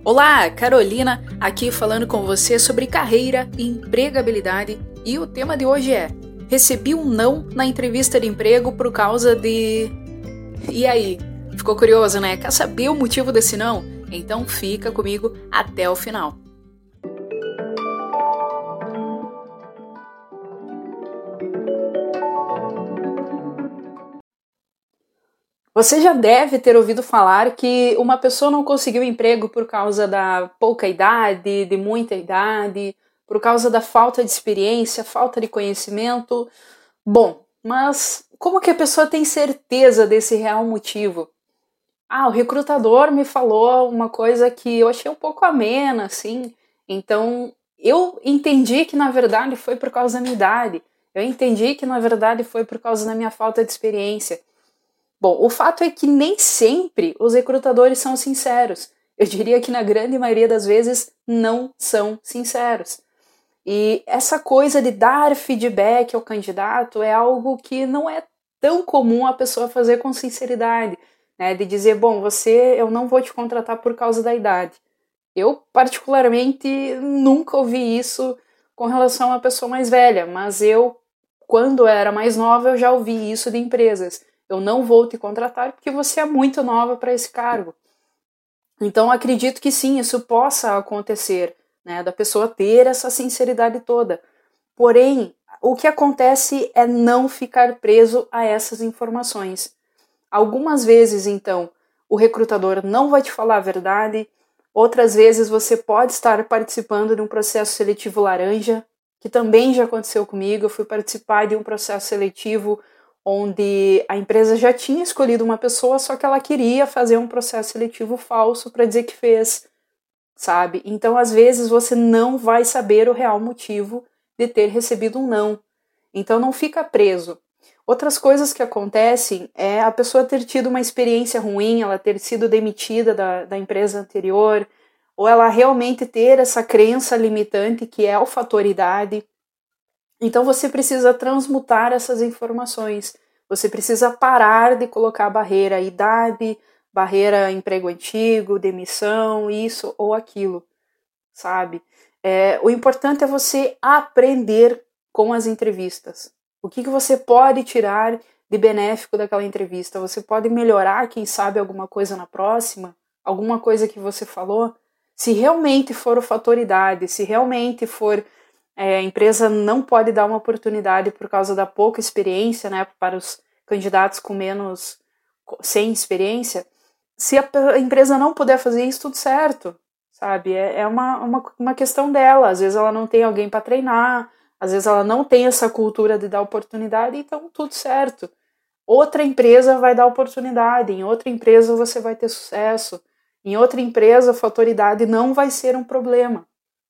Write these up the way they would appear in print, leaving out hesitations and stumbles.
Olá, Carolina, aqui falando com você sobre carreira e empregabilidade, e o tema de hoje é: recebi um não na entrevista de emprego por causa de... E aí? Ficou curioso, né? Quer saber o motivo desse não? Então fica comigo até o final. Você já deve ter ouvido falar que uma pessoa não conseguiu emprego por causa da pouca idade, de muita idade, por causa da falta de experiência, falta de conhecimento. Bom, mas como que a pessoa tem certeza desse real motivo? O recrutador me falou uma coisa que eu achei um pouco amena, assim, então eu entendi que na verdade foi por causa da minha idade, eu entendi que na verdade foi por causa da minha falta de experiência. Bom, o fato é que nem sempre os recrutadores são sinceros. Eu diria que na grande maioria das vezes não são sinceros. E essa coisa de dar feedback ao candidato é algo que não é tão comum a pessoa fazer com sinceridade, né? De dizer, bom, eu não vou te contratar por causa da idade. Eu, particularmente, nunca ouvi isso com relação a uma pessoa mais velha, mas quando era mais nova, eu já ouvi isso de empresas. Eu não vou te contratar porque você é muito nova para esse cargo. Então, acredito que sim, isso possa acontecer, né, da pessoa ter essa sinceridade toda. Porém, o que acontece é não ficar preso a essas informações. Algumas vezes, então, o recrutador não vai te falar a verdade, outras vezes você pode estar participando de um processo seletivo laranja, que também já aconteceu comigo. Eu fui participar de um processo seletivo onde a empresa já tinha escolhido uma pessoa, só que ela queria fazer um processo seletivo falso para dizer que fez, sabe? Então, às vezes, você não vai saber o real motivo de ter recebido um não. Então, não fica preso. Outras coisas que acontecem é a pessoa ter tido uma experiência ruim, ela ter sido demitida da empresa anterior, ou ela realmente ter essa crença limitante que é o fator idade. Então você precisa transmutar essas informações. Você precisa parar de colocar barreira idade, barreira emprego antigo, demissão, isso ou aquilo, sabe? O importante é você aprender com as entrevistas. O que você pode tirar de benéfico daquela entrevista? Você pode melhorar, quem sabe, alguma coisa na próxima? Alguma coisa que você falou? Se realmente for o fator idade, se realmente for a empresa não pode dar uma oportunidade por causa da pouca experiência, né, para os candidatos sem experiência. Se a empresa não puder fazer isso, tudo certo, sabe? É uma questão dela. Às vezes ela não tem alguém para treinar, às vezes ela não tem essa cultura de dar oportunidade, então tudo certo. Outra empresa vai dar oportunidade, em outra empresa você vai ter sucesso, em outra empresa a fator idade não vai ser um problema.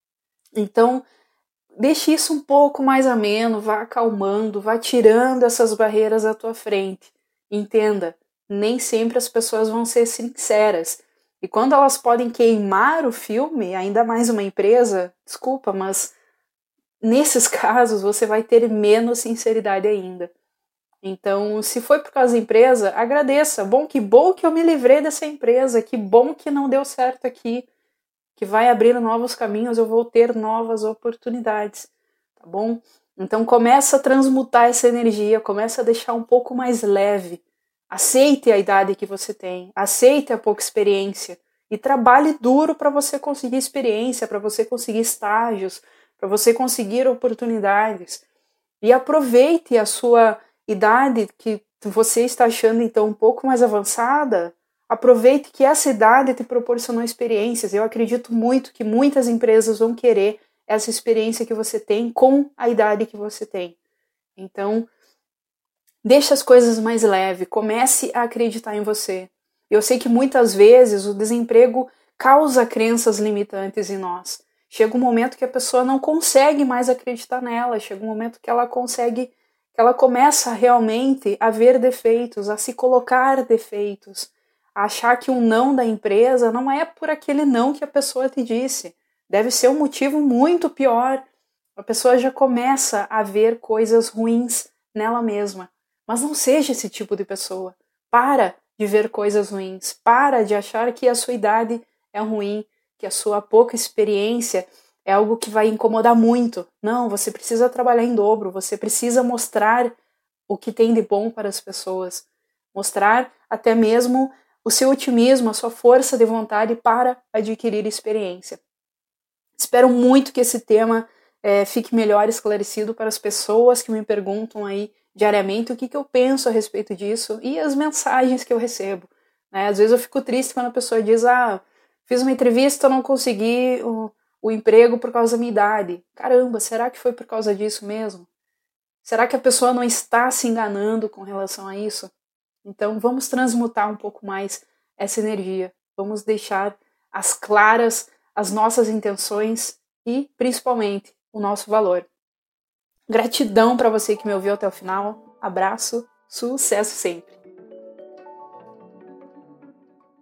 Então, deixe isso um pouco mais ameno, vá acalmando, vá tirando essas barreiras à tua frente. Entenda, nem sempre as pessoas vão ser sinceras. E quando elas podem queimar o filme, ainda mais uma empresa, desculpa, mas nesses casos você vai ter menos sinceridade ainda. Então, se foi por causa da empresa, agradeça. Que bom que eu me livrei dessa empresa, que bom que não deu certo aqui, que vai abrir novos caminhos, eu vou ter novas oportunidades, tá bom? Então começa a transmutar essa energia, começa a deixar um pouco mais leve. Aceite a idade que você tem, aceite a pouca experiência e trabalhe duro para você conseguir experiência, para você conseguir estágios, para você conseguir oportunidades. E aproveite a sua idade que você está achando então um pouco mais avançada. Aproveite que essa idade te proporcionou experiências. Eu acredito muito que muitas empresas vão querer essa experiência que você tem com a idade que você tem. Então, deixe as coisas mais leves, comece a acreditar em você. Eu sei que muitas vezes o desemprego causa crenças limitantes em nós. Chega um momento que a pessoa não consegue mais acreditar nela, chega um momento que ela começa realmente a ver defeitos, a se colocar defeitos, a achar que um não da empresa não é por aquele não que a pessoa te disse. Deve ser um motivo muito pior. A pessoa já começa a ver coisas ruins nela mesma. Mas não seja esse tipo de pessoa. Para de ver coisas ruins. Para de achar que a sua idade é ruim, que a sua pouca experiência é algo que vai incomodar muito. Não, você precisa trabalhar em dobro, você precisa mostrar o que tem de bom para as pessoas, mostrar até mesmo o seu otimismo, a sua força de vontade para adquirir experiência. Espero muito que esse tema fique melhor esclarecido para as pessoas que me perguntam aí diariamente o que eu penso a respeito disso e as mensagens que eu recebo. Né? Às vezes eu fico triste quando a pessoa diz, fiz uma entrevista, não consegui o emprego por causa da minha idade. Caramba, será que foi por causa disso mesmo? Será que a pessoa não está se enganando com relação a isso? Então vamos transmutar um pouco mais essa energia. Vamos deixar as claras as nossas intenções e, principalmente, o nosso valor. Gratidão para você que me ouviu até o final. Abraço, sucesso sempre!